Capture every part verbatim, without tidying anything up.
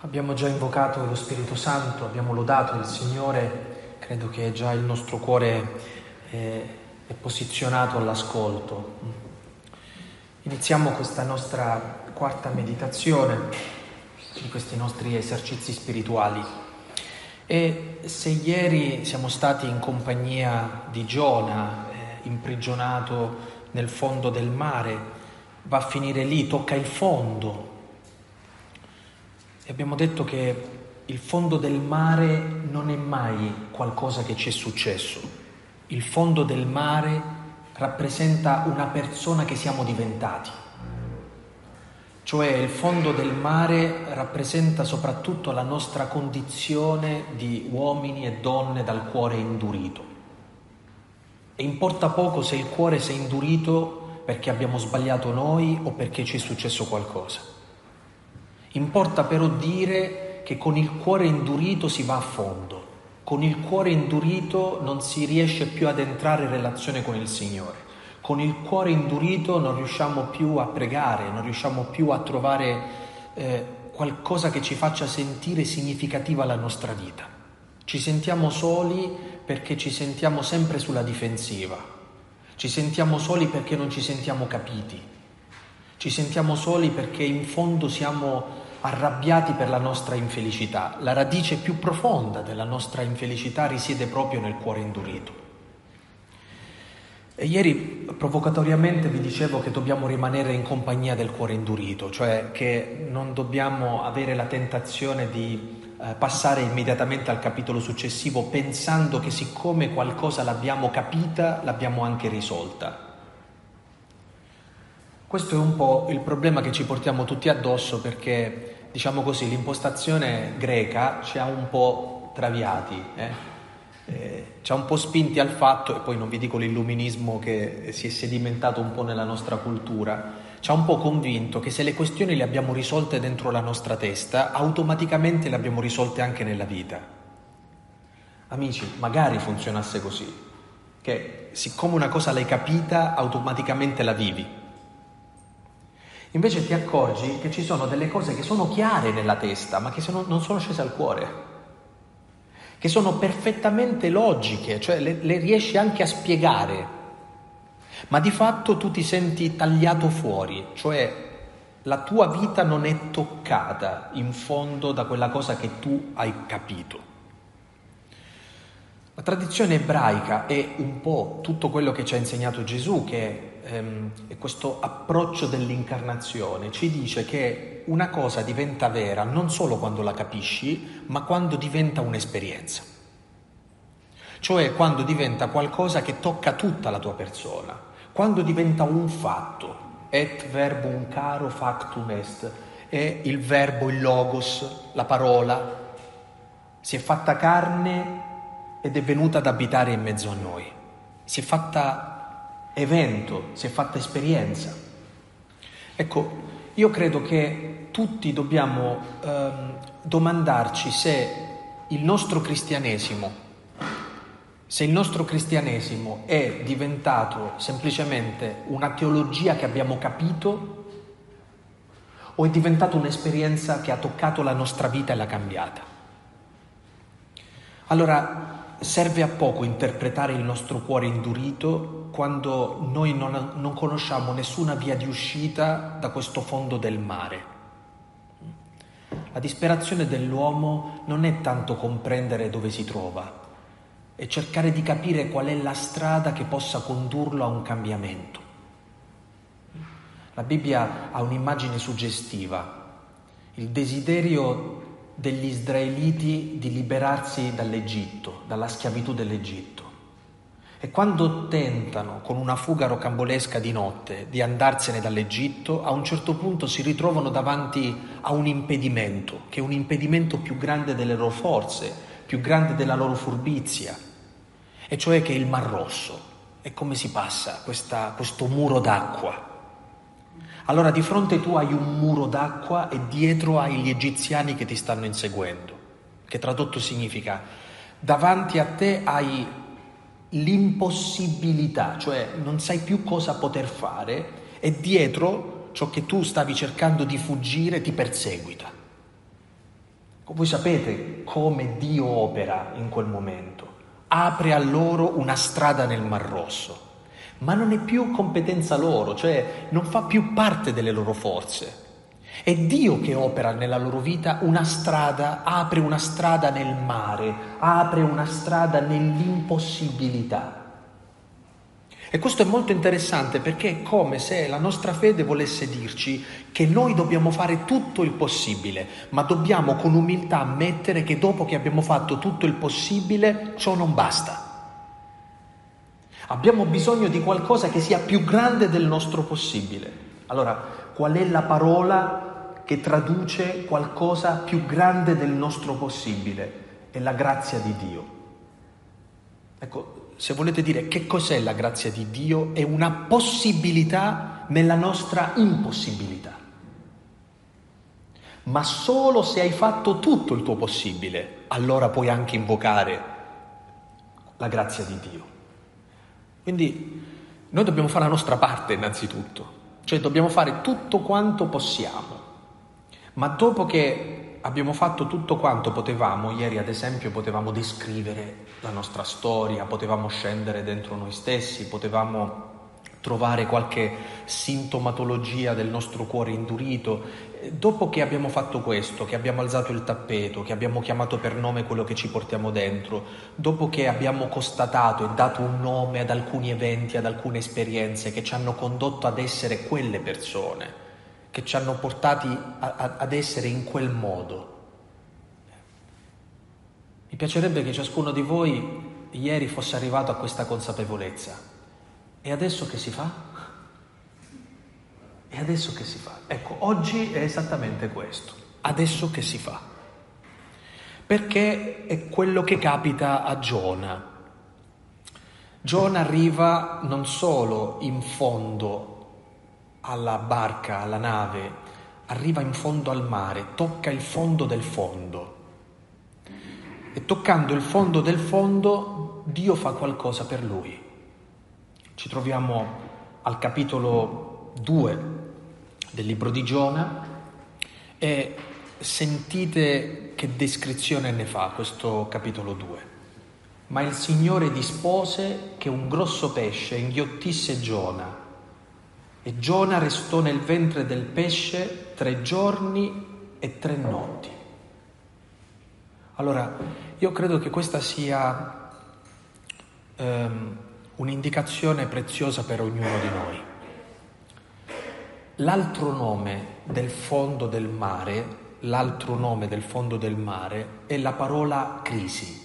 Abbiamo già invocato lo Spirito Santo, abbiamo lodato il Signore, credo che già il nostro cuore è, è posizionato all'ascolto. Iniziamo questa nostra quarta meditazione di questi nostri esercizi spirituali. E se ieri siamo stati in compagnia di Giona, eh, imprigionato nel fondo del mare, va a finire lì, tocca il fondo. E abbiamo detto che il fondo del mare non è mai qualcosa che ci è successo. Il fondo del mare rappresenta una persona che siamo diventati. Cioè il fondo del mare rappresenta soprattutto la nostra condizione di uomini e donne dal cuore indurito. E importa poco se il cuore si è indurito perché abbiamo sbagliato noi o perché ci è successo qualcosa. Importa però dire che con il cuore indurito si va a fondo, con il cuore indurito non si riesce più ad entrare in relazione con il Signore, con il cuore indurito non riusciamo più a pregare, non riusciamo più a trovare eh, qualcosa che ci faccia sentire significativa la nostra vita. Ci sentiamo soli perché ci sentiamo sempre sulla difensiva, ci sentiamo soli perché non ci sentiamo capiti, ci sentiamo soli perché in fondo siamo arrabbiati per la nostra infelicità. La radice più profonda della nostra infelicità risiede proprio nel cuore indurito. E ieri provocatoriamente vi dicevo che dobbiamo rimanere in compagnia del cuore indurito, cioè che non dobbiamo avere la tentazione di eh, passare immediatamente al capitolo successivo pensando che siccome qualcosa l'abbiamo capita, l'abbiamo anche risolta. Questo è un po' il problema che ci portiamo tutti addosso perché, diciamo così, l'impostazione greca ci ha un po' traviati, eh? Eh, ci ha un po' spinti al fatto, e poi non vi dico l'illuminismo che si è sedimentato un po' nella nostra cultura, ci ha un po' convinto che se le questioni le abbiamo risolte dentro la nostra testa, automaticamente le abbiamo risolte anche nella vita. Amici, magari funzionasse così, che siccome una cosa l'hai capita, automaticamente la vivi. Invece ti accorgi che ci sono delle cose che sono chiare nella testa, ma che sono, non sono scese al cuore, che sono perfettamente logiche, cioè le, le riesci anche a spiegare, ma di fatto tu ti senti tagliato fuori, cioè la tua vita non è toccata in fondo da quella cosa che tu hai capito. La tradizione ebraica è un po' tutto quello che ci ha insegnato Gesù, che ehm, è questo approccio dell'incarnazione. Ci dice che una cosa diventa vera non solo quando la capisci, ma quando diventa un'esperienza. Cioè quando diventa qualcosa che tocca tutta la tua persona, quando diventa un fatto. Et verbum caro factum est. È il verbo, il logos, la parola. Si è fatta carne ed è venuta ad abitare in mezzo a noi. Si è fatta evento, si è fatta esperienza. Ecco, io credo che tutti dobbiamo ehm, domandarci se il nostro cristianesimo, se il nostro cristianesimo è diventato semplicemente una teologia che abbiamo capito o è diventato un'esperienza che ha toccato la nostra vita e l'ha cambiata. Allora, serve a poco interpretare il nostro cuore indurito quando noi non, non conosciamo nessuna via di uscita da questo fondo del mare. La disperazione dell'uomo non è tanto comprendere dove si trova, è cercare di capire qual è la strada che possa condurlo a un cambiamento. La Bibbia ha un'immagine suggestiva, il desiderio degli israeliti di liberarsi dall'Egitto, dalla schiavitù dell'Egitto. E quando tentano, con una fuga rocambolesca di notte, di andarsene dall'Egitto, a un certo punto si ritrovano davanti a un impedimento, che è un impedimento più grande delle loro forze, più grande della loro furbizia, e cioè che è il Mar Rosso. E come si passa questa, questo muro d'acqua? Allora di fronte tu hai un muro d'acqua e dietro hai gli egiziani che ti stanno inseguendo, che tradotto significa davanti a te hai l'impossibilità, cioè non sai più cosa poter fare e dietro ciò che tu stavi cercando di fuggire ti perseguita. Voi sapete come Dio opera in quel momento. Apre a loro una strada nel Mar Rosso, ma non è più competenza loro, cioè non fa più parte delle loro forze. È Dio che opera nella loro vita una strada, apre una strada nel mare, apre una strada nell'impossibilità. E questo è molto interessante perché è come se la nostra fede volesse dirci che noi dobbiamo fare tutto il possibile, ma dobbiamo con umiltà ammettere che dopo che abbiamo fatto tutto il possibile, ciò non basta. Abbiamo bisogno di qualcosa che sia più grande del nostro possibile. Allora, qual è la parola che traduce qualcosa più grande del nostro possibile? È la grazia di Dio. Ecco, se volete dire che cos'è la grazia di Dio, è una possibilità nella nostra impossibilità. Ma solo se hai fatto tutto il tuo possibile, allora puoi anche invocare la grazia di Dio. Quindi noi dobbiamo fare la nostra parte innanzitutto, cioè dobbiamo fare tutto quanto possiamo. Ma dopo che abbiamo fatto tutto quanto potevamo, ieri ad esempio potevamo descrivere la nostra storia, potevamo scendere dentro noi stessi, potevamo trovare qualche sintomatologia del nostro cuore indurito. Dopo che abbiamo fatto questo, che abbiamo alzato il tappeto, che abbiamo chiamato per nome quello che ci portiamo dentro, dopo che abbiamo constatato e dato un nome ad alcuni eventi, ad alcune esperienze che ci hanno condotto ad essere quelle persone, che ci hanno portati a, a, ad essere in quel modo. Mi piacerebbe che ciascuno di voi ieri fosse arrivato a questa consapevolezza. E adesso che si fa? E adesso che si fa? Ecco, oggi è esattamente questo. Adesso che si fa? Perché è quello che capita a Giona. Giona arriva non solo in fondo alla barca, alla nave, arriva in fondo al mare, tocca il fondo del fondo. E toccando il fondo del fondo, Dio fa qualcosa per lui. Ci troviamo al capitolo due del libro di Giona e sentite che descrizione ne fa questo capitolo due. Ma il Signore dispose che un grosso pesce inghiottisse Giona e Giona restò nel ventre del pesce tre giorni e tre notti. Allora, io credo che questa sia ehm, un'indicazione preziosa per ognuno di noi. L'altro nome del fondo del mare, l'altro nome del fondo del mare è la parola crisi.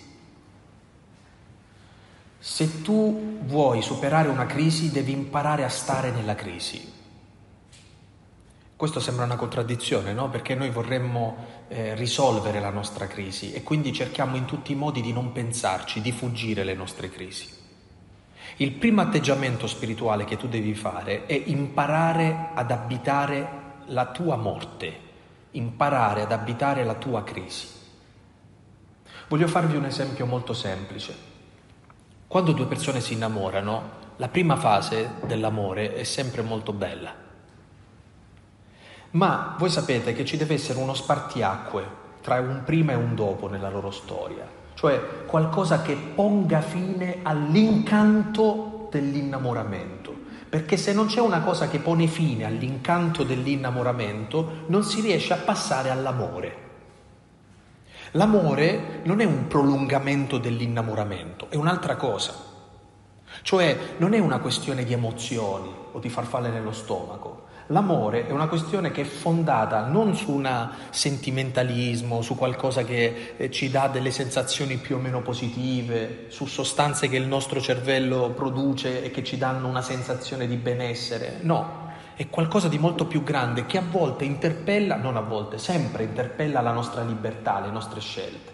Se tu vuoi superare una crisi, devi imparare a stare nella crisi. Questo sembra una contraddizione, no? Perché noi vorremmo eh, risolvere la nostra crisi e quindi cerchiamo in tutti i modi di non pensarci, di fuggire le nostre crisi. Il primo atteggiamento spirituale che tu devi fare è imparare ad abitare la tua morte, imparare ad abitare la tua crisi. Voglio farvi un esempio molto semplice. Quando due persone si innamorano, la prima fase dell'amore è sempre molto bella. Ma voi sapete che ci deve essere uno spartiacque tra un prima e un dopo nella loro storia, cioè qualcosa che ponga fine all'incanto dell'innamoramento. Perché se non c'è una cosa che pone fine all'incanto dell'innamoramento, non si riesce a passare all'amore. L'amore non è un prolungamento dell'innamoramento, è un'altra cosa. Cioè non è una questione di emozioni o di farfalle nello stomaco. L'amore è una questione che è fondata non su un sentimentalismo, su qualcosa che eh, ci dà delle sensazioni più o meno positive, su sostanze che il nostro cervello produce e che ci danno una sensazione di benessere. No, è qualcosa di molto più grande che a volte interpella, non a volte, sempre interpella la nostra libertà, le nostre scelte.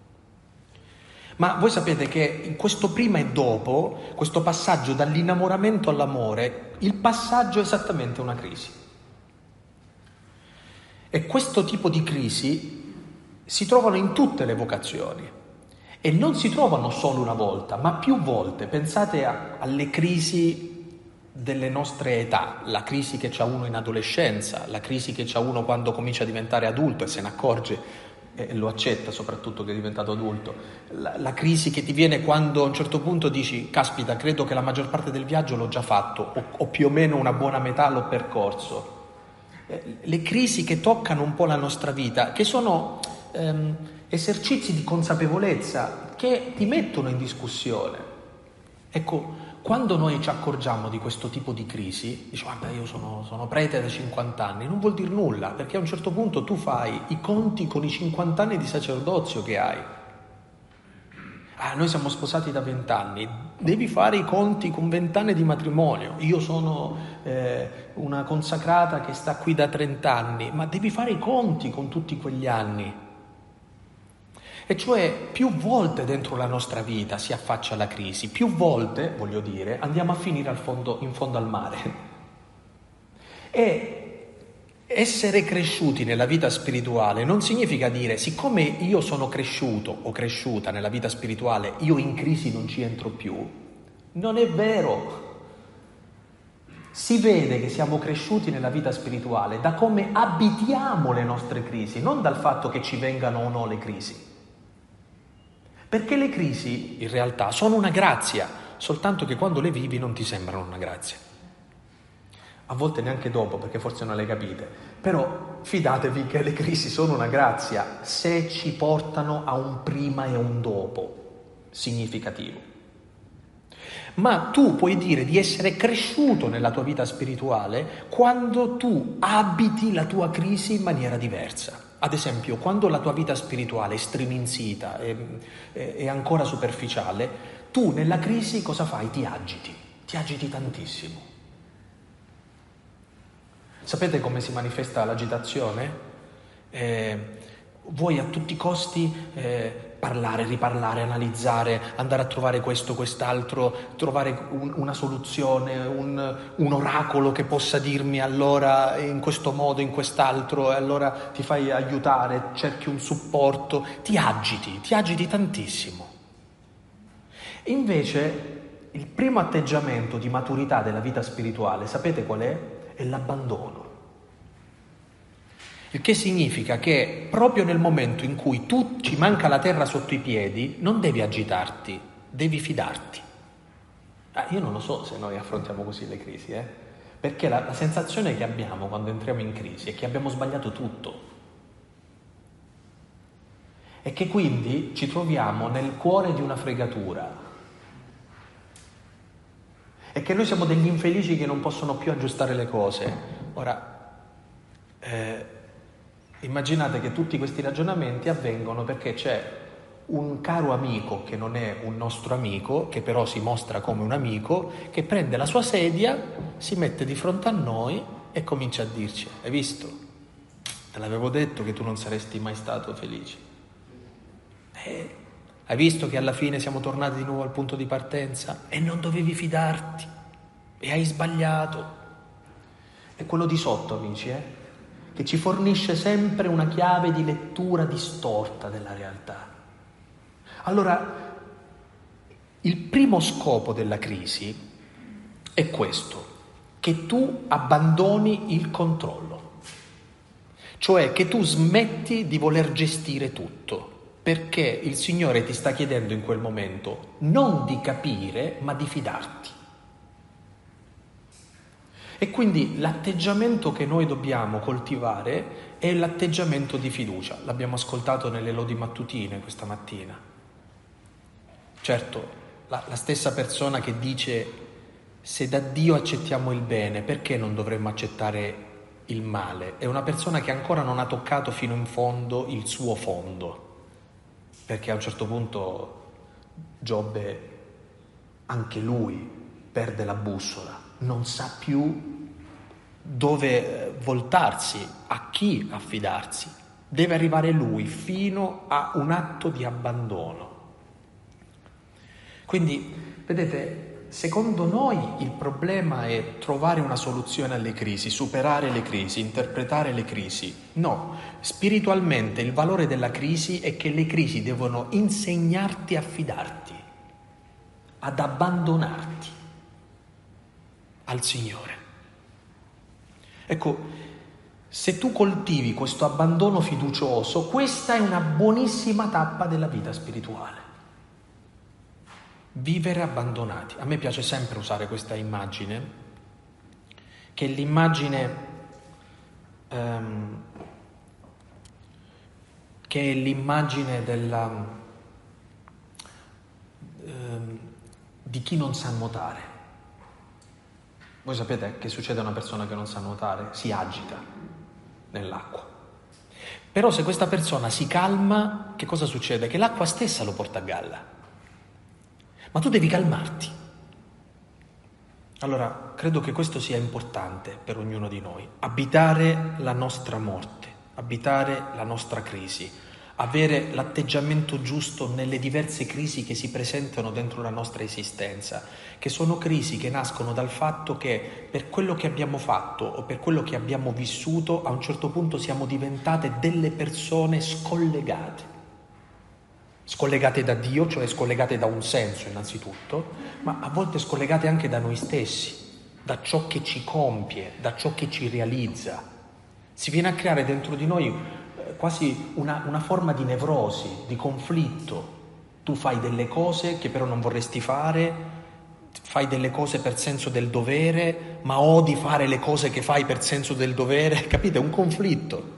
Ma voi sapete che in questo prima e dopo, questo passaggio dall'innamoramento all'amore, il passaggio è esattamente una crisi. E questo tipo di crisi si trovano in tutte le vocazioni e non si trovano solo una volta, ma più volte. Pensate a, alle crisi delle nostre età, la crisi che c'ha uno in adolescenza, la crisi che c'ha uno quando comincia a diventare adulto e se ne accorge e lo accetta, soprattutto che è diventato adulto. La, la crisi che ti viene quando a un certo punto dici caspita, credo che la maggior parte del viaggio l'ho già fatto o, o più o meno una buona metà l'ho percorso. Eh, le crisi che toccano un po' la nostra vita, che sono ehm, esercizi di consapevolezza che ti mettono in discussione. Ecco, quando noi ci accorgiamo di questo tipo di crisi, dici guarda io sono, sono prete da cinquanta anni, non vuol dire nulla, perché a un certo punto tu fai i conti con i cinquanta anni di sacerdozio che hai. Ah, noi siamo sposati da venti anni, devi fare i conti con venti anni di matrimonio. Io sono eh, una consacrata che sta qui da trenta anni, ma devi fare i conti con tutti quegli anni. E cioè più volte dentro la nostra vita si affaccia la crisi, più volte, voglio dire, andiamo a finire al fondo, in fondo al mare. E essere cresciuti nella vita spirituale non significa dire siccome io sono cresciuto o cresciuta nella vita spirituale, io in crisi non ci entro più. Non è vero. Si vede che siamo cresciuti nella vita spirituale da come abitiamo le nostre crisi, non dal fatto che ci vengano o no le crisi. Perché le crisi in realtà sono una grazia, soltanto che quando le vivi non ti sembrano una grazia. A volte neanche dopo, perché forse non le capite. Però fidatevi che le crisi sono una grazia se ci portano a un prima e un dopo significativo. Ma tu puoi dire di essere cresciuto nella tua vita spirituale quando tu abiti la tua crisi in maniera diversa. Ad esempio, quando la tua vita spirituale è striminzita, è, è, è ancora superficiale, tu nella crisi cosa fai? Ti agiti, ti agiti tantissimo. Sapete come si manifesta l'agitazione? Eh, vuoi a tutti i costi eh, parlare, riparlare, analizzare, andare a trovare questo, quest'altro, trovare un, una soluzione, un, un oracolo che possa dirmi allora in questo modo, in quest'altro, e allora ti fai aiutare, cerchi un supporto, ti agiti, ti agiti tantissimo. Invece il primo atteggiamento di maturità della vita spirituale, sapete qual è? È l'abbandono. Il che significa che proprio nel momento in cui tu ci manca la terra sotto i piedi, non devi agitarti, devi fidarti. Ah, io non lo so se noi affrontiamo così le crisi, eh? Perché la, la sensazione che abbiamo quando entriamo in crisi è che abbiamo sbagliato tutto. E che quindi ci troviamo nel cuore di una fregatura. E che noi siamo degli infelici che non possono più aggiustare le cose. Ora, eh, immaginate che tutti questi ragionamenti avvengono perché c'è un caro amico che non è un nostro amico, che però si mostra come un amico, che prende la sua sedia, si mette di fronte a noi e comincia a dirci: hai visto? Te l'avevo detto che tu non saresti mai stato felice. Eh, hai visto che alla fine siamo tornati di nuovo al punto di partenza? E non dovevi fidarti. E hai sbagliato. È quello di sotto, amici, eh? Che ci fornisce sempre una chiave di lettura distorta della realtà. Allora, il primo scopo della crisi è questo, che tu abbandoni il controllo, cioè che tu smetti di voler gestire tutto, perché il Signore ti sta chiedendo in quel momento non di capire, ma di fidarti. E quindi l'atteggiamento che noi dobbiamo coltivare è l'atteggiamento di fiducia. L'abbiamo ascoltato nelle lodi mattutine questa mattina. Certo, la, la stessa persona che dice se da Dio accettiamo il bene, perché non dovremmo accettare il male? È una persona che ancora non ha toccato fino in fondo il suo fondo. Perché a un certo punto Giobbe, anche lui, perde la bussola. Non sa più dove voltarsi, a chi affidarsi. Deve arrivare lui fino a un atto di abbandono. Quindi, vedete, secondo noi il problema è trovare una soluzione alle crisi, superare le crisi, interpretare le crisi. No, spiritualmente il valore della crisi è che le crisi devono insegnarti a fidarti, ad abbandonarti al Signore. Ecco, Se tu coltivi questo abbandono fiducioso, questa è una buonissima tappa della vita spirituale. Vivere abbandonati. A me piace sempre usare questa immagine, che è l'immagine ehm, che è l'immagine della, ehm, di chi non sa nuotare. Voi sapete che succede a una persona che non sa nuotare? Si agita nell'acqua. Però se questa persona si calma, che cosa succede? Che l'acqua stessa lo porta a galla. Ma tu devi calmarti. Allora, credo che questo sia importante per ognuno di noi. Abitare la nostra morte, abitare la nostra crisi, avere l'atteggiamento giusto nelle diverse crisi che si presentano dentro la nostra esistenza, che sono crisi che nascono dal fatto che per quello che abbiamo fatto o per quello che abbiamo vissuto, a un certo punto siamo diventate delle persone scollegate. Scollegate da Dio, cioè scollegate da un senso innanzitutto, ma a volte scollegate anche da noi stessi, da ciò che ci compie, da ciò che ci realizza. Si viene a creare dentro di noi eh, quasi una, una forma di nevrosi, di conflitto. Tu fai delle cose che però non vorresti fare, fai delle cose per senso del dovere, ma odi fare le cose che fai per senso del dovere, capite? È un conflitto.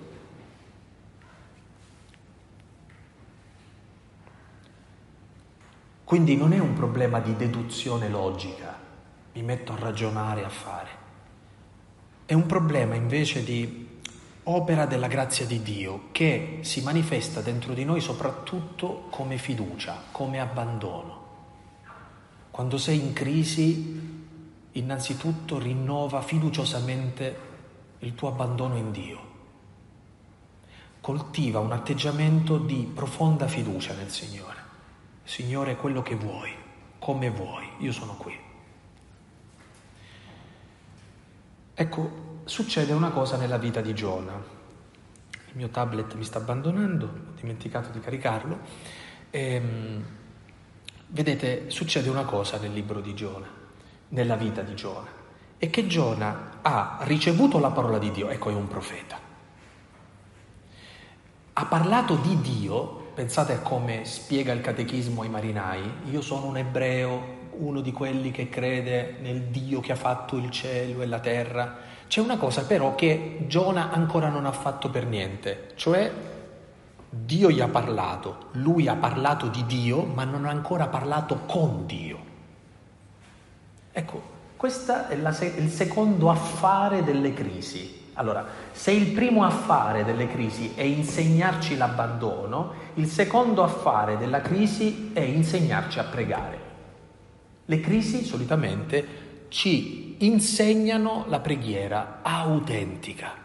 Quindi non è un problema di deduzione logica, mi metto a ragionare, a fare. È un problema invece di opera della grazia di Dio che si manifesta dentro di noi soprattutto come fiducia, come abbandono. Quando sei in crisi, innanzitutto rinnova fiduciosamente il tuo abbandono in Dio. Coltiva un atteggiamento di profonda fiducia nel Signore. Signore, quello che vuoi, come vuoi, io sono qui. Ecco, succede una cosa nella vita di Giona. Il mio tablet mi sta abbandonando, ho dimenticato di caricarlo. Ehm, vedete, succede una cosa nel libro di Giona, nella vita di Giona, è che Giona ha ricevuto la parola di Dio, ecco, è un profeta. Ha parlato di Dio. Pensate a come spiega il catechismo ai marinai. Io sono un ebreo, uno di quelli che crede nel Dio che ha fatto il cielo e la terra. C'è una cosa però che Giona ancora non ha fatto per niente, cioè Dio gli ha parlato, lui ha parlato di Dio, ma non ha ancora parlato con Dio. Ecco, questo è la se- il secondo affare delle crisi. Allora, se il primo affare delle crisi è insegnarci l'abbandono, il secondo affare della crisi è insegnarci a pregare. Le crisi solitamente ci insegnano la preghiera autentica.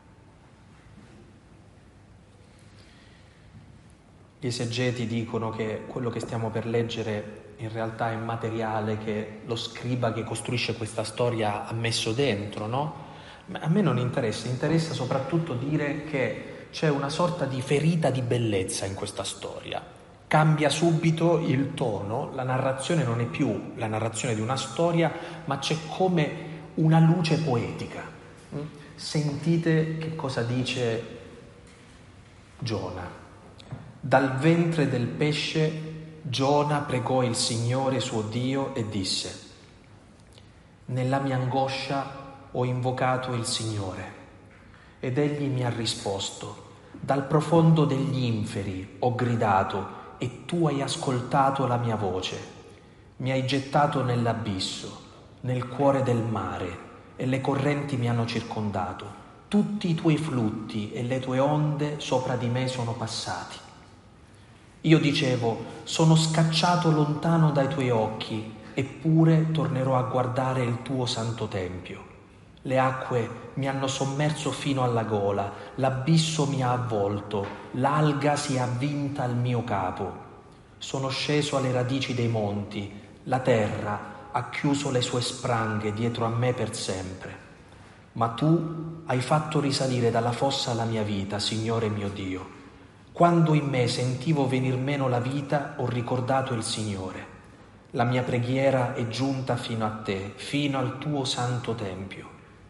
Gli esegeti dicono che quello che stiamo per leggere in realtà è materiale che lo scriba che costruisce questa storia ha messo dentro, no? A me non interessa, interessa soprattutto dire che c'è una sorta di ferita di bellezza in questa storia. Cambia subito il tono, la narrazione non è più la narrazione di una storia, ma c'è come una luce poetica. Sentite che cosa dice Giona. Dal ventre del pesce Giona pregò il Signore suo Dio e disse: nella mia angoscia ho invocato il Signore ed egli mi ha risposto. Dal profondo degli inferi ho gridato e tu hai ascoltato la mia voce. Mi hai gettato nell'abisso, nel cuore del mare, e le correnti mi hanno circondato. Tutti i tuoi flutti e le tue onde sopra di me sono passati. Io dicevo, sono scacciato lontano dai tuoi occhi, eppure tornerò a guardare il tuo santo tempio. Le acque mi hanno sommerso fino alla gola, l'abisso mi ha avvolto, l'alga si è avvinta al mio capo. Sono sceso alle radici dei monti, la terra ha chiuso le sue spranghe dietro a me per sempre. Ma tu hai fatto risalire dalla fossa la mia vita, Signore mio Dio. Quando in me sentivo venir meno la vita, ho ricordato il Signore. La mia preghiera è giunta fino a te, fino al tuo santo tempio.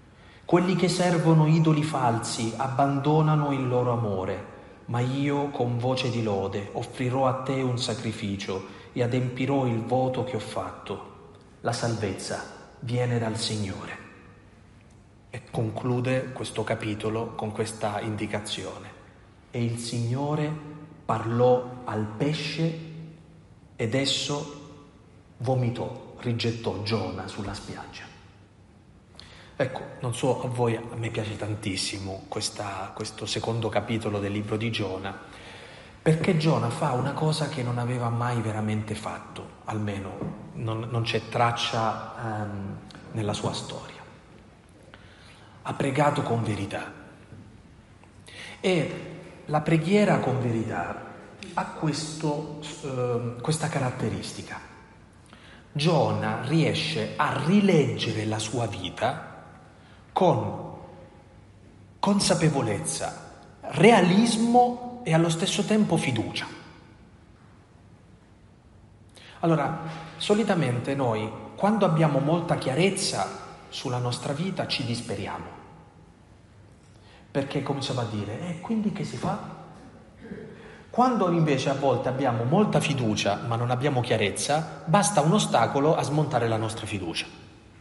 Quelli che servono idoli falsi abbandonano il loro amore, ma io con voce di lode offrirò a te un sacrificio e adempirò il voto che ho fatto. La salvezza viene dal Signore. E conclude questo capitolo con questa indicazione. E il Signore parlò al pesce ed esso vomitò, rigettò Giona sulla spiaggia. Ecco, non so a voi, a me piace tantissimo questa, questo secondo capitolo del libro di Giona, perché Giona fa una cosa che non aveva mai veramente fatto, almeno non, non c'è traccia um, nella sua storia. Ha pregato con verità. E la preghiera con verità ha questo, uh, questa caratteristica. Giona riesce a rileggere la sua vita con consapevolezza, realismo e allo stesso tempo fiducia. Allora, solitamente noi, quando abbiamo molta chiarezza sulla nostra vita, ci disperiamo. Perché cominciamo a dire, e eh, quindi che si fa? Quando invece a volte abbiamo molta fiducia ma non abbiamo chiarezza, basta un ostacolo a smontare la nostra fiducia.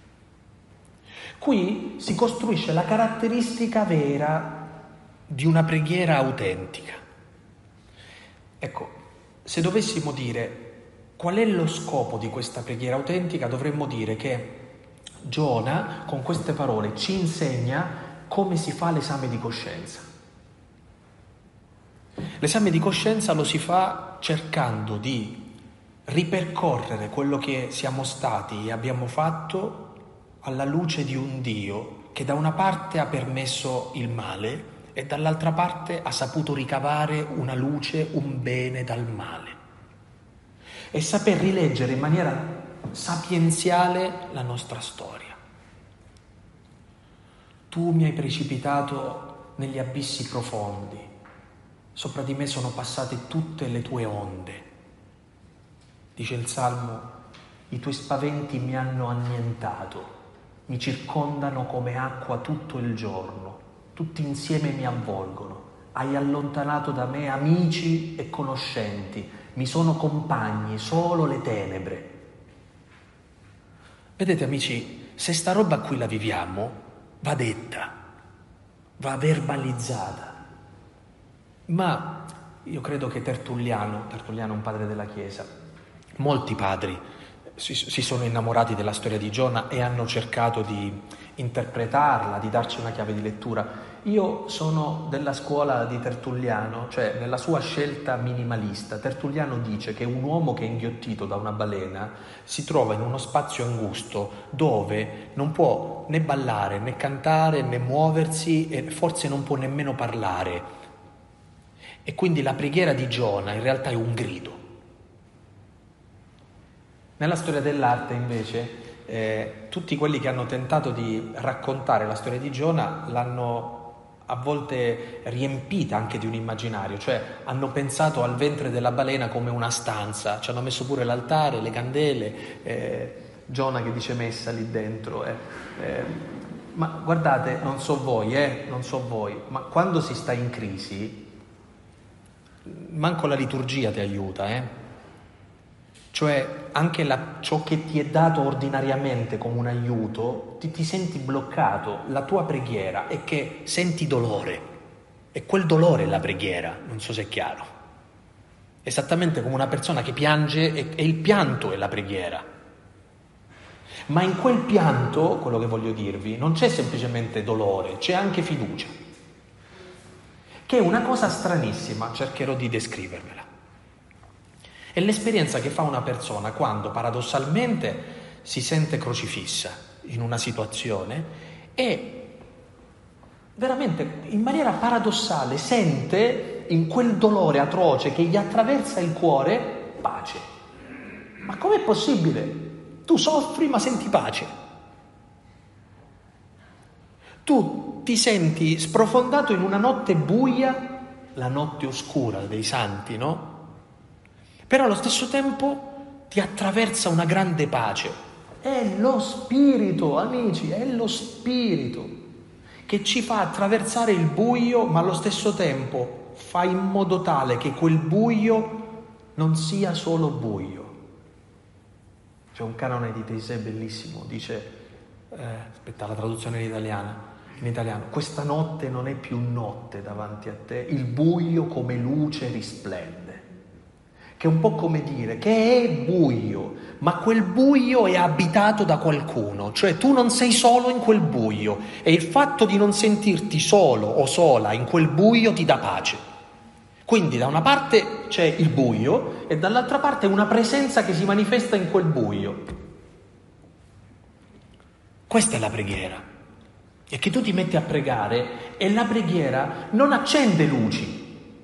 Qui si costruisce la caratteristica vera di una preghiera autentica. Ecco, se dovessimo dire qual è lo scopo di questa preghiera autentica, dovremmo dire che Giona, con queste parole, ci insegna come si fa l'esame di coscienza. L'esame di coscienza lo si fa cercando di ripercorrere quello che siamo stati e abbiamo fatto alla luce di un Dio che da una parte ha permesso il male e dall'altra parte ha saputo ricavare una luce, un bene dal male. E saper rileggere in maniera sapienziale la nostra storia. Tu mi hai precipitato negli abissi profondi, sopra di me sono passate tutte le tue onde. Dice il Salmo, i tuoi spaventi mi hanno annientato. Mi circondano come acqua tutto il giorno, tutti insieme mi avvolgono. Hai allontanato da me amici e conoscenti, mi sono compagni solo le tenebre. Vedete amici, se sta roba qui la viviamo, va detta, va verbalizzata. Ma io credo che Tertulliano, Tertulliano è un padre della Chiesa, molti padri, Si, si sono innamorati della storia di Giona e hanno cercato di interpretarla, di darci una chiave di lettura. Io sono della scuola di Tertulliano, cioè nella sua scelta minimalista. Tertulliano dice che un uomo che è inghiottito da una balena si trova in uno spazio angusto dove non può né ballare, né cantare, né muoversi e forse non può nemmeno parlare. E quindi la preghiera di Giona in realtà è un grido. Nella storia dell'arte invece eh, tutti quelli che hanno tentato di raccontare la storia di Giona l'hanno a volte riempita anche di un immaginario, cioè hanno pensato al ventre della balena come una stanza, ci hanno messo pure l'altare, le candele, eh, Giona che dice messa lì dentro. Eh, eh, ma guardate, non so voi, eh, non so voi, ma quando si sta in crisi, manco la liturgia ti aiuta, eh. Cioè anche la, ciò che ti è dato ordinariamente come un aiuto, ti, ti senti bloccato. La tua preghiera è che senti dolore e quel dolore è la preghiera, non so se è chiaro. Esattamente come una persona che piange e, e il pianto è la preghiera. Ma in quel pianto, quello che voglio dirvi, non c'è semplicemente dolore, c'è anche fiducia. Che è una cosa stranissima, cercherò di descrivervela. È l'esperienza che fa una persona quando paradossalmente si sente crocifissa in una situazione e veramente in maniera paradossale sente in quel dolore atroce che gli attraversa il cuore pace. Ma com'è possibile? Tu soffri ma senti pace. Tu ti senti sprofondato in una notte buia, la notte oscura dei santi, no? Però allo stesso tempo ti attraversa una grande pace. È lo spirito, amici, è lo spirito. che ci fa attraversare il buio, ma allo stesso tempo fa in modo tale che quel buio non sia solo buio. C'è un canone di Taizé bellissimo, dice, eh, aspetta la traduzione in italiano, in italiano, questa notte non è più notte davanti a te, il buio come luce risplende. Che è un po' come dire che è buio, ma quel buio è abitato da qualcuno, cioè tu non sei solo in quel buio e il fatto di non sentirti solo o sola in quel buio ti dà pace. Quindi da una parte c'è il buio e dall'altra parte una presenza che si manifesta in quel buio. Questa è la preghiera. E che tu ti metti a pregare e la preghiera non accende luci,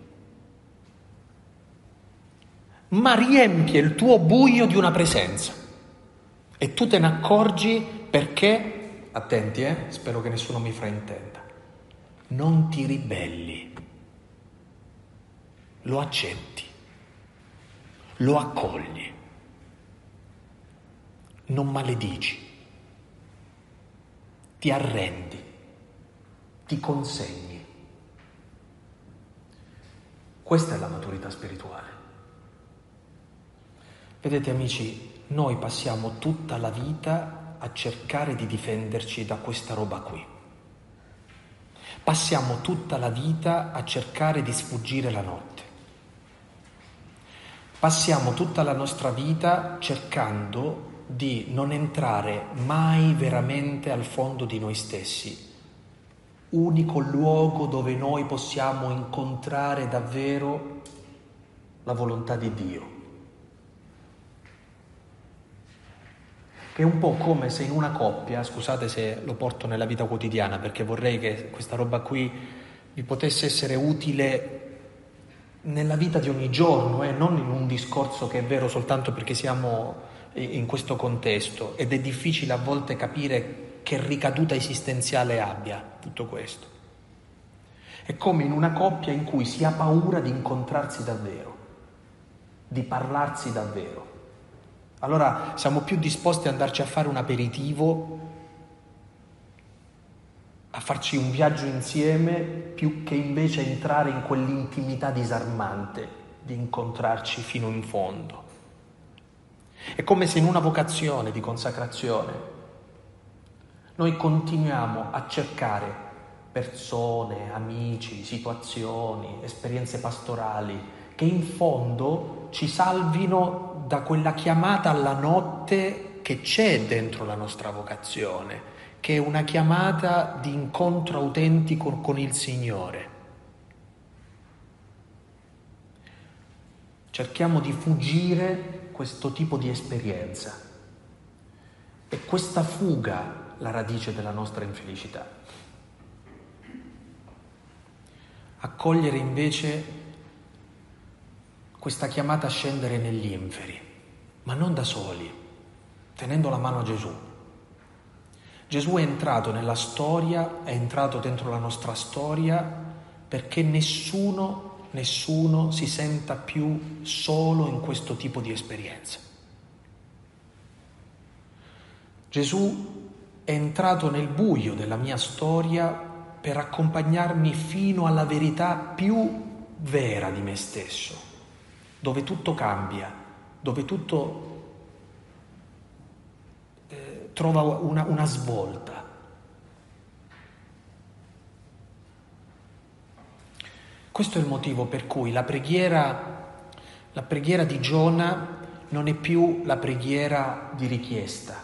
ma riempie il tuo buio di una presenza e tu te ne accorgi perché, attenti eh, spero che nessuno mi fraintenda, non ti ribelli, lo accetti, lo accogli, non maledici, ti arrendi, ti consegni. Questa è la maturità spirituale. Vedete amici, noi passiamo tutta la vita a cercare di difenderci da questa roba qui. Passiamo tutta la vita a cercare di sfuggire la notte. Passiamo tutta la nostra vita cercando di non entrare mai veramente al fondo di noi stessi, unico luogo dove noi possiamo incontrare davvero la volontà di Dio. Che è un po' come se in una coppia, scusate se lo porto nella vita quotidiana perché vorrei che questa roba qui vi potesse essere utile nella vita di ogni giorno, eh, non in un discorso che è vero soltanto perché siamo in questo contesto ed è difficile a volte capire che ricaduta esistenziale abbia tutto questo. È come in una coppia in cui si ha paura di incontrarsi davvero, di parlarsi davvero. Allora siamo più disposti ad andarci a fare un aperitivo, a farci un viaggio insieme, più che invece entrare in quell'intimità disarmante di incontrarci fino in fondo. È come se in una vocazione di consacrazione noi continuiamo a cercare persone, amici, situazioni, esperienze pastorali che in fondo ci salvino da quella chiamata alla notte che c'è dentro la nostra vocazione, che è una chiamata di incontro autentico con il Signore. Cerchiamo di fuggire questo tipo di esperienza. E questa fuga la radice della nostra infelicità. Accogliere invece questa chiamata a scendere negli inferi, ma non da soli, tenendo la mano a Gesù. Gesù è entrato nella storia, è entrato dentro la nostra storia perché nessuno, nessuno si senta più solo in questo tipo di esperienza. Gesù è entrato nel buio della mia storia per accompagnarmi fino alla verità più vera di me stesso, dove tutto cambia, dove tutto eh, trova una, una svolta. Questo è il motivo per cui la preghiera, la preghiera di Giona non è più la preghiera di richiesta.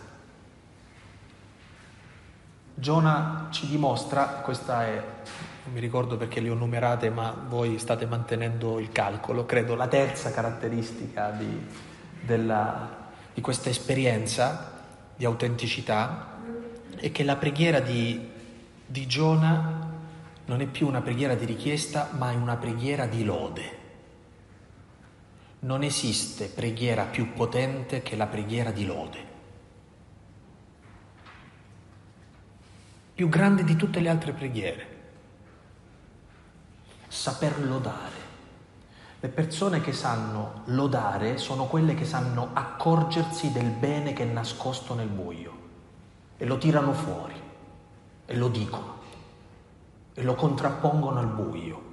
Giona ci dimostra, questa è, non mi ricordo perché le ho numerate, ma voi state mantenendo il calcolo, credo la terza caratteristica di, della, di questa esperienza di autenticità è che la preghiera di, di Giona non è più una preghiera di richiesta, ma è una preghiera di lode. Non esiste preghiera più potente che la preghiera di lode. Più grande di tutte le altre preghiere. Saper lodare. Le persone che sanno lodare sono quelle che sanno accorgersi del bene che è nascosto nel buio e lo tirano fuori e lo dicono. e lo contrappongono al buio.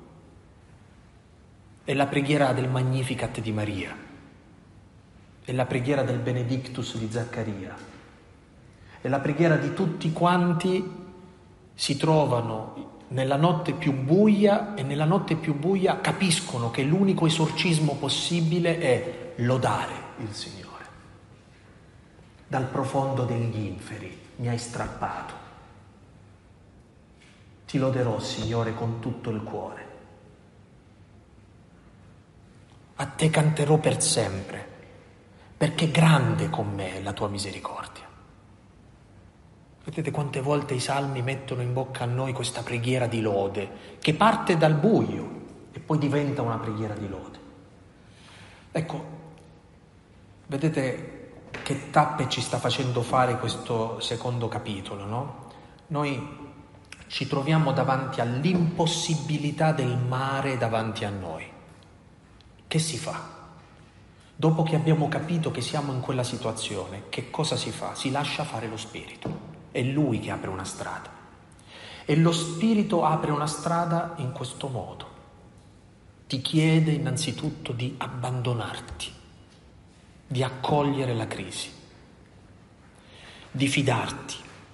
È la preghiera del Magnificat di Maria, è la preghiera del Benedictus di Zaccaria, è la preghiera di tutti quanti si trovano nella notte più buia e nella notte più buia capiscono che l'unico esorcismo possibile è lodare il Signore. Dal profondo degli inferi mi hai strappato. Ti loderò, Signore, con tutto il cuore. A te canterò per sempre, perché grande con me è la tua misericordia. Vedete quante volte i salmi mettono in bocca a noi questa preghiera di lode, che parte dal buio e poi diventa una preghiera di lode. Ecco, vedete che tappe ci sta facendo fare questo secondo capitolo, no? Noi ci troviamo davanti all'impossibilità del mare davanti a noi. Che si fa? Dopo che abbiamo capito che siamo in quella situazione, che cosa si fa? Si lascia fare lo Spirito. È Lui che apre una strada. E lo Spirito apre una strada in questo modo. Ti chiede innanzitutto di abbandonarti, di accogliere la crisi, di fidarti.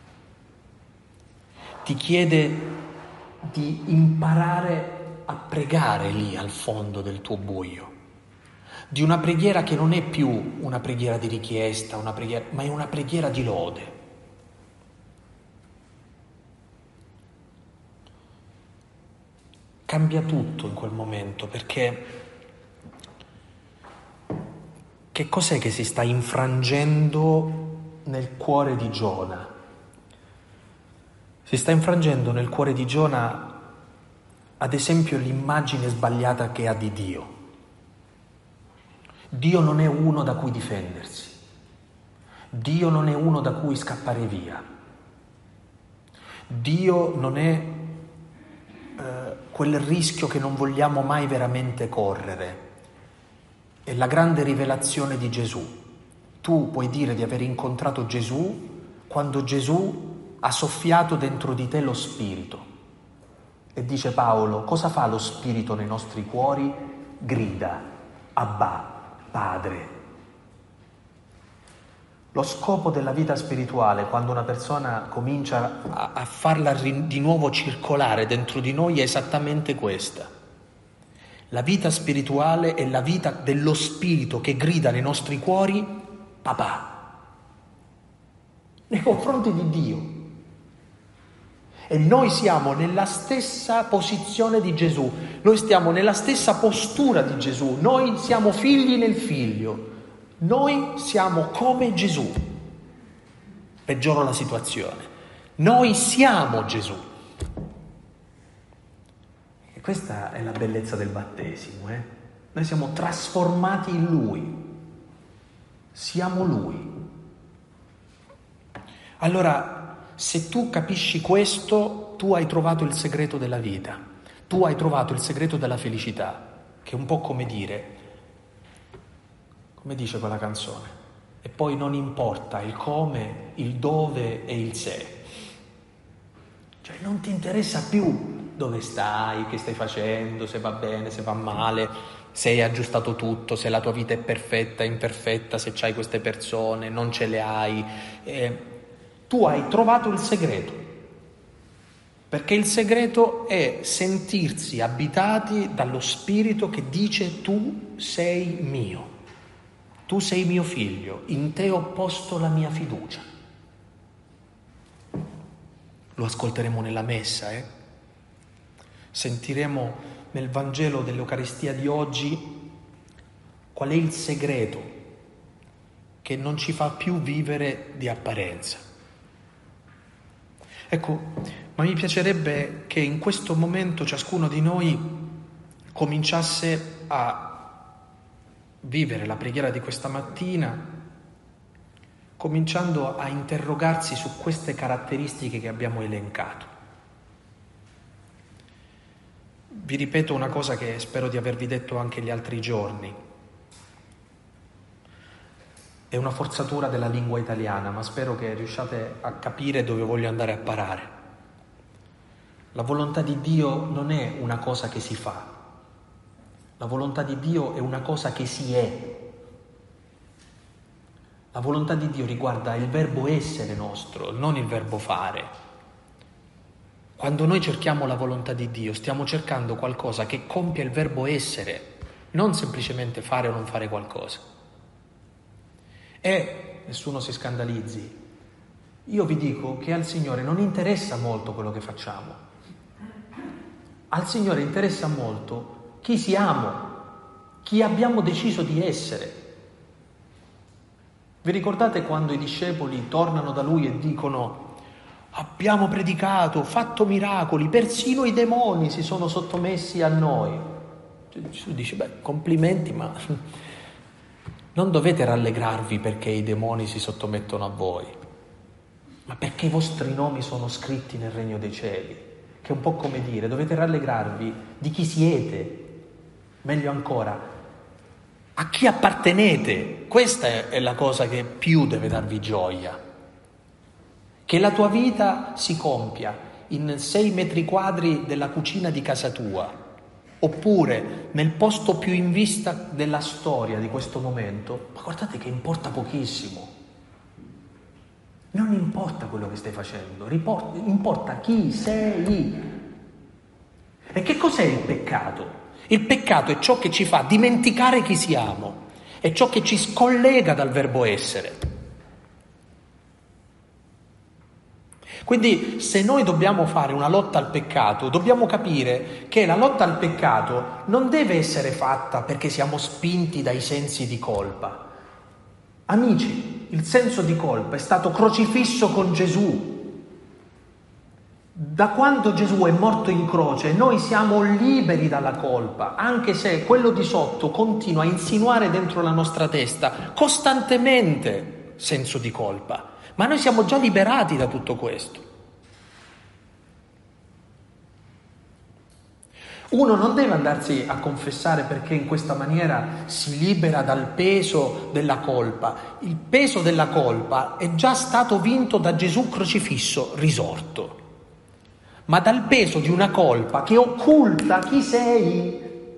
Ti chiede di imparare a pregare lì al fondo del tuo buio, di una preghiera che non è più una preghiera di richiesta, una preghiera, ma è una preghiera di lode. Cambia tutto in quel momento, perché che cos'è che si sta infrangendo nel cuore di Giona? Si sta infrangendo nel cuore di Giona, ad esempio, l'immagine sbagliata che ha di Dio. Dio non è uno da cui difendersi. Dio non è uno da cui scappare via. Dio non è eh, quel rischio che non vogliamo mai veramente correre. È la grande rivelazione di Gesù. Tu puoi dire di aver incontrato Gesù quando Gesù ha soffiato dentro di te lo Spirito. E dice Paolo, cosa fa lo Spirito nei nostri cuori? Grida, Abba, Padre. Lo scopo della vita spirituale, quando una persona comincia a, a farla ri, di nuovo circolare dentro di noi, è esattamente questa. La vita spirituale è la vita dello Spirito che grida nei nostri cuori, papà, nei confronti di Dio. E noi siamo nella stessa posizione di Gesù, noi stiamo nella stessa postura di Gesù, noi siamo figli nel Figlio, noi siamo come Gesù. Peggiora la situazione. Noi siamo Gesù. E questa è la bellezza del battesimo, eh? Noi siamo trasformati in Lui, siamo Lui. Allora, se tu capisci questo, tu hai trovato il segreto della vita, tu hai trovato il segreto della felicità, che è un po' come dire, come dice quella canzone, e poi non importa il come, il dove e il se. Cioè non ti interessa più dove stai, che stai facendo, se va bene, se va male, se hai aggiustato tutto, se la tua vita è perfetta, imperfetta, se c'hai queste persone, non ce le hai. Eh, tu hai trovato il segreto, perché il segreto è sentirsi abitati dallo Spirito che dice tu sei mio, tu sei mio figlio, in te ho posto la mia fiducia. Lo ascolteremo nella messa, eh? Sentiremo nel Vangelo dell'Eucaristia di oggi qual è il segreto che non ci fa più vivere di apparenza. Ecco, ma mi piacerebbe che in questo momento ciascuno di noi cominciasse a vivere la preghiera di questa mattina, cominciando a interrogarsi su queste caratteristiche che abbiamo elencato. Vi ripeto una cosa che spero di avervi detto anche gli altri giorni. È una forzatura della lingua italiana, ma spero che riusciate a capire dove voglio andare a parare. La volontà di Dio non è una cosa che si fa, la volontà di Dio è una cosa che si è. La volontà di Dio riguarda il verbo essere nostro, non il verbo fare. Quando noi cerchiamo la volontà di Dio, stiamo cercando qualcosa che compia il verbo essere, non semplicemente fare o non fare qualcosa. E nessuno si scandalizzi. Io vi dico che al Signore non interessa molto quello che facciamo. Al Signore interessa molto chi siamo, chi abbiamo deciso di essere. Vi ricordate quando i discepoli tornano da Lui e dicono: abbiamo predicato, fatto miracoli, persino i demoni si sono sottomessi a noi. Gesù dice: beh, complimenti, ma non dovete rallegrarvi perché i demoni si sottomettono a voi, ma perché i vostri nomi sono scritti nel regno dei cieli, che è un po' come dire, dovete rallegrarvi di chi siete, meglio ancora, a chi appartenete. Questa è la cosa che più deve darvi gioia. Che la tua vita si compia in sei metri quadri della cucina di casa tua, oppure nel posto più in vista della storia di questo momento, ma guardate che importa pochissimo. Non importa quello che stai facendo, importa chi sei. E che cos'è il peccato? Il peccato è ciò che ci fa dimenticare chi siamo, è ciò che ci scollega dal verbo essere. Quindi se noi dobbiamo fare una lotta al peccato, dobbiamo capire che la lotta al peccato non deve essere fatta perché siamo spinti dai sensi di colpa. Amici, il senso di colpa è stato crocifisso con Gesù. Da quando Gesù è morto in croce noi siamo liberi dalla colpa, anche se quello di sotto continua a insinuare dentro la nostra testa costantemente senso di colpa. Ma noi siamo già liberati da tutto questo. Uno non deve andarsi a confessare perché in questa maniera si libera dal peso della colpa. Il peso della colpa è già stato vinto da Gesù crocifisso, risorto. Ma dal peso di una colpa che occulta chi sei.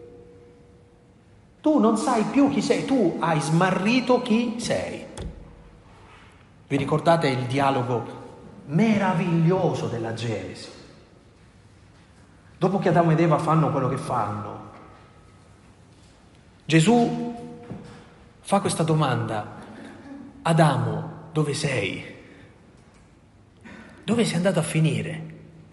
Tu non sai più chi sei, tu hai smarrito chi sei. Vi ricordate il dialogo meraviglioso della Genesi? Dopo che Adamo ed Eva fanno quello che fanno, Gesù fa questa domanda: Adamo, dove sei? Dove sei andato a finire?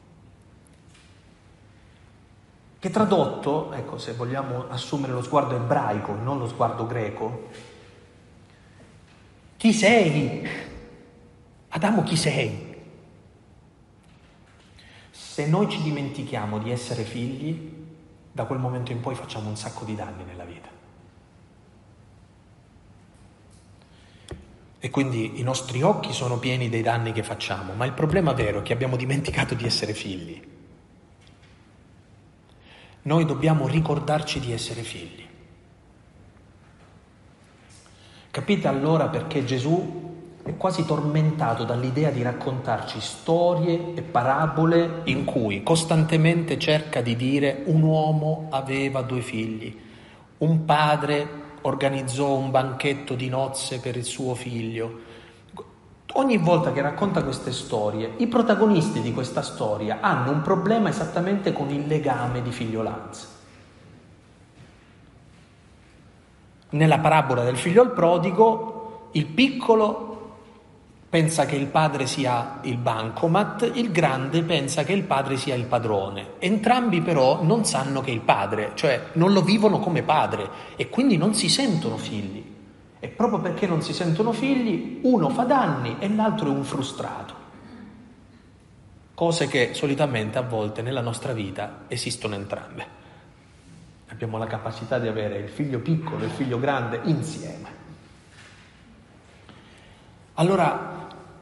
Che tradotto, ecco, se vogliamo assumere lo sguardo ebraico, non lo sguardo greco, chi sei? Adamo, chi sei? Se noi ci dimentichiamo di essere figli, da quel momento in poi facciamo un sacco di danni nella vita. E quindi i nostri occhi sono pieni dei danni che facciamo, ma il problema vero è che abbiamo dimenticato di essere figli. Noi dobbiamo ricordarci di essere figli. Capite allora perché Gesù è quasi tormentato dall'idea di raccontarci storie e parabole in cui costantemente cerca di dire: un uomo aveva due figli, un padre organizzò un banchetto di nozze per il suo figlio. Ogni volta che racconta queste storie, i protagonisti di questa storia hanno un problema esattamente con il legame di figliolanza. Nella parabola del figlio al prodigo, il piccolo pensa che il padre sia il bancomat, il grande pensa che il padre sia il padrone. Entrambi però non sanno che è il padre, cioè non lo vivono come padre e quindi non si sentono figli. E proprio perché non si sentono figli, uno fa danni e l'altro è un frustrato. Cose che solitamente a volte nella nostra vita esistono entrambe. Abbiamo la capacità di avere il figlio piccolo e il figlio grande insieme. Allora,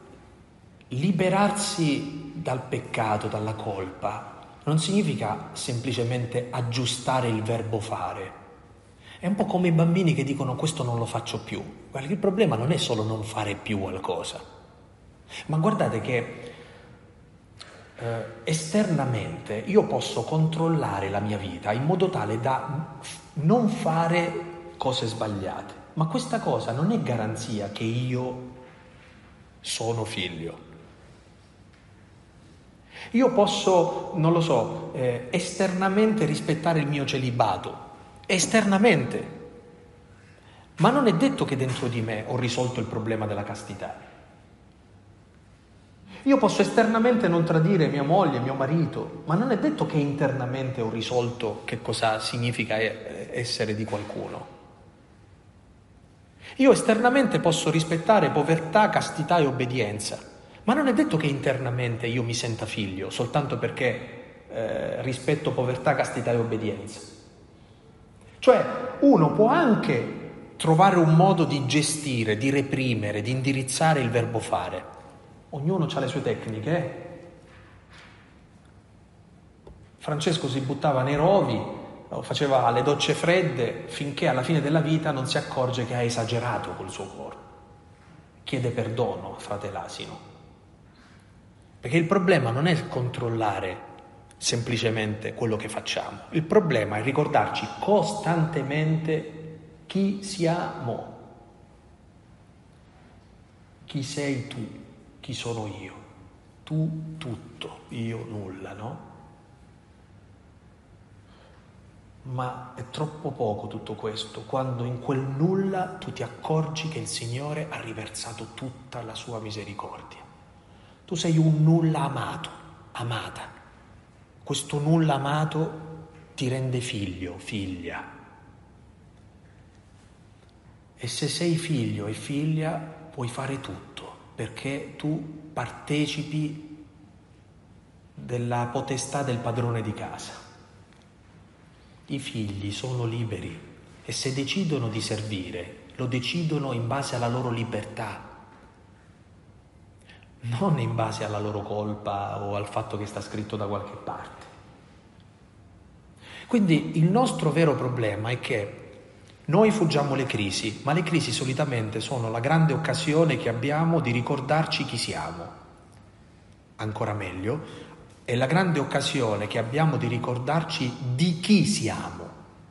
liberarsi dal peccato, dalla colpa, non significa semplicemente aggiustare il verbo fare. È un po' come i bambini che dicono: questo non lo faccio più. Guarda, il problema non è solo non fare più qualcosa, ma guardate che eh, esternamente io posso controllare la mia vita in modo tale da non fare cose sbagliate, ma questa cosa non è garanzia che io sono figlio. Io posso, non lo so, eh, esternamente rispettare il mio celibato, esternamente, ma non è detto che dentro di me ho risolto il problema della castità. Io posso esternamente non tradire mia moglie, mio marito, ma non è detto che internamente ho risolto che cosa significa essere di qualcuno. Io esternamente posso rispettare povertà, castità e obbedienza, ma non è detto che internamente io mi senta figlio soltanto perché eh, rispetto povertà, castità e obbedienza. Cioè uno può anche trovare un modo di gestire, di reprimere, di indirizzare il verbo fare. Ognuno ha le sue tecniche. Eh? Francesco si buttava nei rovi, faceva le docce fredde finché alla fine della vita non si accorge che ha esagerato col suo cuore. Chiede perdono a frate l'asino. Perché il problema non è controllare semplicemente quello che facciamo. Il problema è ricordarci costantemente chi siamo. Chi sei tu? Chi sono io? Tu tutto, io nulla, no? Ma è troppo poco tutto questo, quando in quel nulla tu ti accorgi che il Signore ha riversato tutta la sua misericordia. Tu sei un nulla amato, amata. Questo nulla amato ti rende figlio, figlia. E se sei figlio e figlia puoi fare tutto, perché tu partecipi della potestà del padrone di casa. I figli sono liberi e se decidono di servire, lo decidono in base alla loro libertà, non in base alla loro colpa o al fatto che sta scritto da qualche parte. Quindi il nostro vero problema è che noi fuggiamo le crisi, ma le crisi solitamente sono la grande occasione che abbiamo di ricordarci chi siamo. Ancora meglio, è la grande occasione che abbiamo di ricordarci di chi siamo.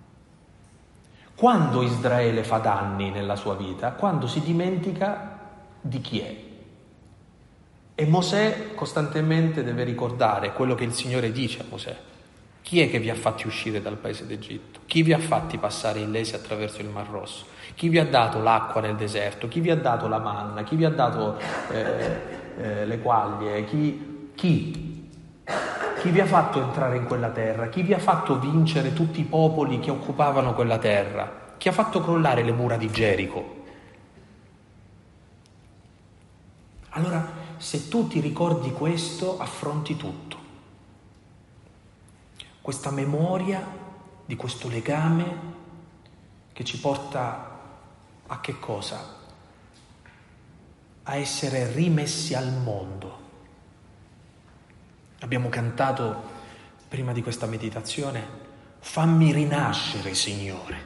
Quando Israele fa danni nella sua vita? Quando si dimentica di chi è. E Mosè costantemente deve ricordare quello che il Signore dice a Mosè. Chi è che vi ha fatti uscire dal paese d'Egitto? Chi vi ha fatti passare illesi attraverso il Mar Rosso? Chi vi ha dato l'acqua nel deserto? Chi vi ha dato la manna? Chi vi ha dato eh, eh, le quaglie? Chi? Chi? Chi vi ha fatto entrare in quella terra? Chi vi ha fatto vincere tutti i popoli che occupavano quella terra? Chi ha fatto crollare le mura di Gerico? Allora, se tu ti ricordi questo, affronti tutto. Questa memoria di questo legame che ci porta a che cosa? A essere rimessi al mondo. Abbiamo cantato prima di questa meditazione, fammi rinascere, Signore.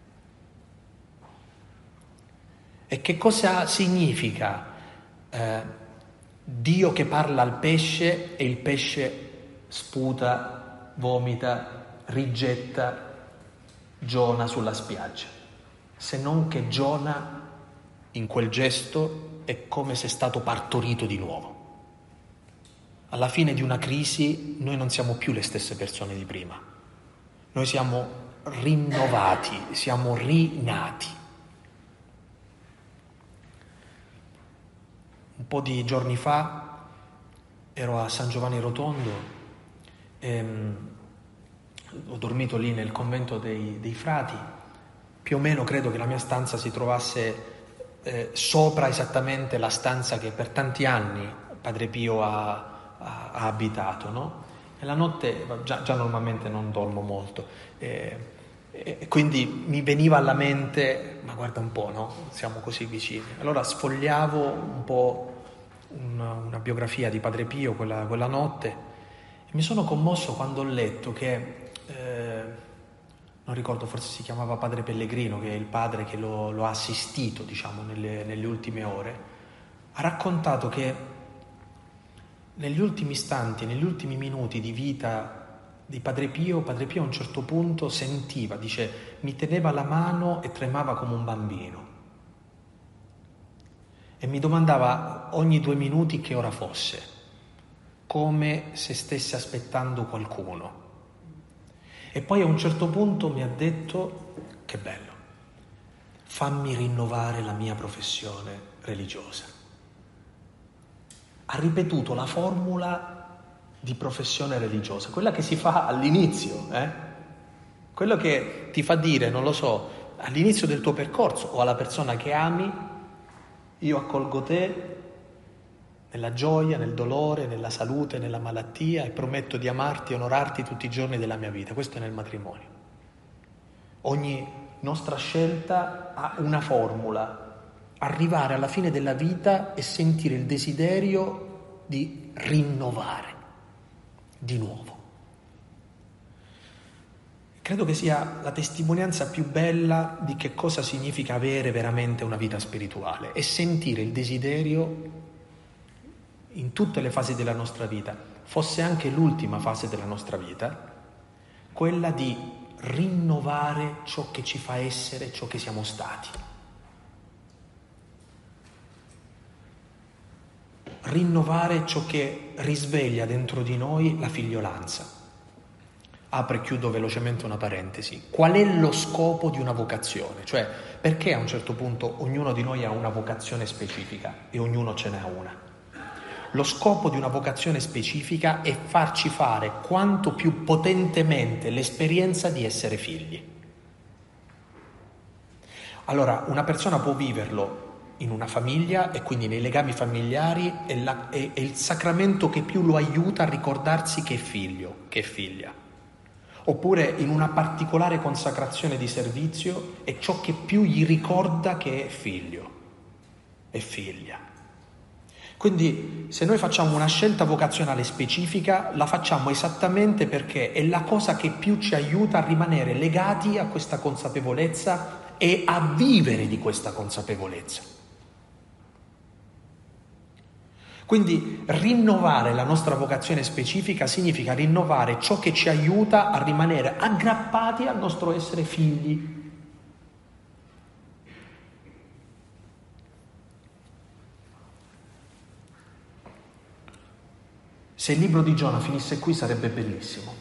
E che cosa significa eh, Dio che parla al pesce e il pesce sputa, vomita, rigetta Giona sulla spiaggia? Se non che Giona in quel gesto è come se è stato partorito di nuovo. Alla fine di una crisi noi non siamo più le stesse persone di prima, noi siamo rinnovati, siamo rinati. Un po' di giorni fa ero a San Giovanni Rotondo, e, ho dormito lì nel convento dei, dei frati, più o meno credo che la mia stanza si trovasse eh, sopra esattamente la stanza che per tanti anni Padre Pio ha ha abitato, no? E la notte già, già normalmente non dormo molto, e, e quindi mi veniva alla mente, ma guarda un po', no? Siamo così vicini. Allora sfogliavo un po' una, una biografia di Padre Pio quella, quella notte e mi sono commosso quando ho letto che, eh, non ricordo, forse si chiamava Padre Pellegrino, che è il padre che lo, lo ha assistito, diciamo, nelle, nelle ultime ore, ha raccontato che negli ultimi istanti, negli ultimi minuti di vita di Padre Pio, Padre Pio a un certo punto sentiva, dice, mi teneva la mano e tremava come un bambino. E mi domandava ogni due minuti che ora fosse, come se stesse aspettando qualcuno. E poi a un certo punto mi ha detto, che bello, fammi rinnovare la mia professione religiosa. Ha ripetuto la formula di professione religiosa, quella che si fa all'inizio, eh? Quello che ti fa dire, non lo so, all'inizio del tuo percorso o alla persona che ami, io accolgo te nella gioia, nel dolore, nella salute, nella malattia e prometto di amarti e onorarti tutti i giorni della mia vita. Questo è nel matrimonio. Ogni nostra scelta ha una formula. Arrivare alla fine della vita e sentire il desiderio di rinnovare di nuovo. Credo che sia la testimonianza più bella di che cosa significa avere veramente una vita spirituale e sentire il desiderio in tutte le fasi della nostra vita, fosse anche l'ultima fase della nostra vita, quella di rinnovare ciò che ci fa essere, ciò che siamo stati. Rinnovare ciò che risveglia dentro di noi la figliolanza. Apro e chiudo velocemente una parentesi. Qual è lo scopo di una vocazione? Cioè, perché a un certo punto ognuno di noi ha una vocazione specifica e ognuno ce n'ha una? Lo scopo di una vocazione specifica è farci fare quanto più potentemente l'esperienza di essere figli. Allora, una persona può viverlo in una famiglia e quindi nei legami familiari è, la, è, è il sacramento che più lo aiuta a ricordarsi che è figlio, che è figlia. Oppure in una particolare consacrazione di servizio è ciò che più gli ricorda che è figlio, è figlia. Quindi se noi facciamo una scelta vocazionale specifica, la facciamo esattamente perché è la cosa che più ci aiuta a rimanere legati a questa consapevolezza e a vivere di questa consapevolezza. Quindi rinnovare la nostra vocazione specifica significa rinnovare ciò che ci aiuta a rimanere aggrappati al nostro essere figli. Se il libro di Giona finisse qui sarebbe bellissimo,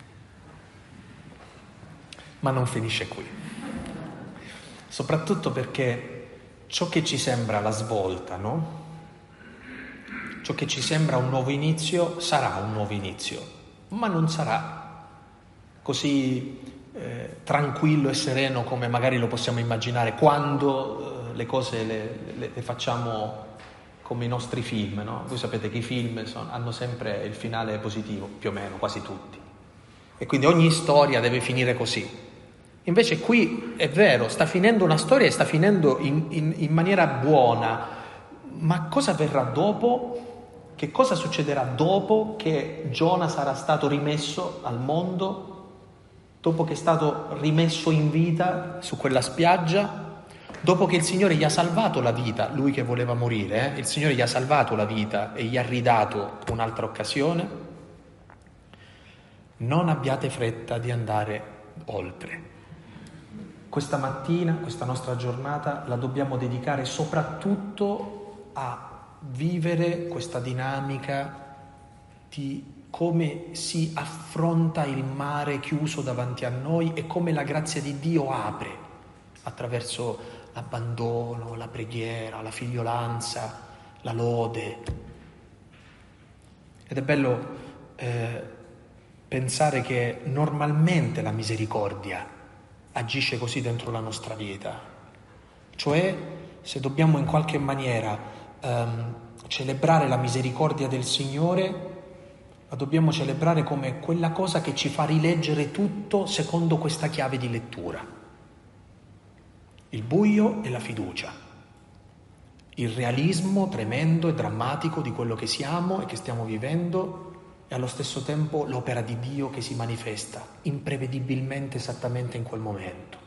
ma non finisce qui. Soprattutto perché ciò che ci sembra la svolta, no? Ciò che ci sembra un nuovo inizio sarà un nuovo inizio, ma non sarà così eh, tranquillo e sereno come magari lo possiamo immaginare quando eh, le cose le, le, le facciamo come i nostri film, no? Voi sapete che i film sono, hanno sempre il finale positivo, più o meno, quasi tutti. E quindi ogni storia deve finire così. Invece qui è vero, sta finendo una storia e sta finendo in, in, in maniera buona, ma cosa verrà dopo? Che cosa succederà dopo che Giona sarà stato rimesso al mondo, dopo che è stato rimesso in vita su quella spiaggia, dopo che il Signore gli ha salvato la vita, lui che voleva morire, eh? Il Signore gli ha salvato la vita e gli ha ridato un'altra occasione? Non abbiate fretta di andare oltre. Questa mattina, questa nostra giornata, la dobbiamo dedicare soprattutto a vivere questa dinamica di come si affronta il mare chiuso davanti a noi e come la grazia di Dio apre attraverso l'abbandono, la preghiera, la figliolanza, la lode. Ed è bello eh, pensare che normalmente la misericordia agisce così dentro la nostra vita, cioè se dobbiamo in qualche maniera Um, celebrare la misericordia del Signore, la dobbiamo celebrare come quella cosa che ci fa rileggere tutto secondo questa chiave di lettura: il buio e la fiducia, il realismo tremendo e drammatico di quello che siamo e che stiamo vivendo e allo stesso tempo l'opera di Dio che si manifesta imprevedibilmente esattamente in quel momento.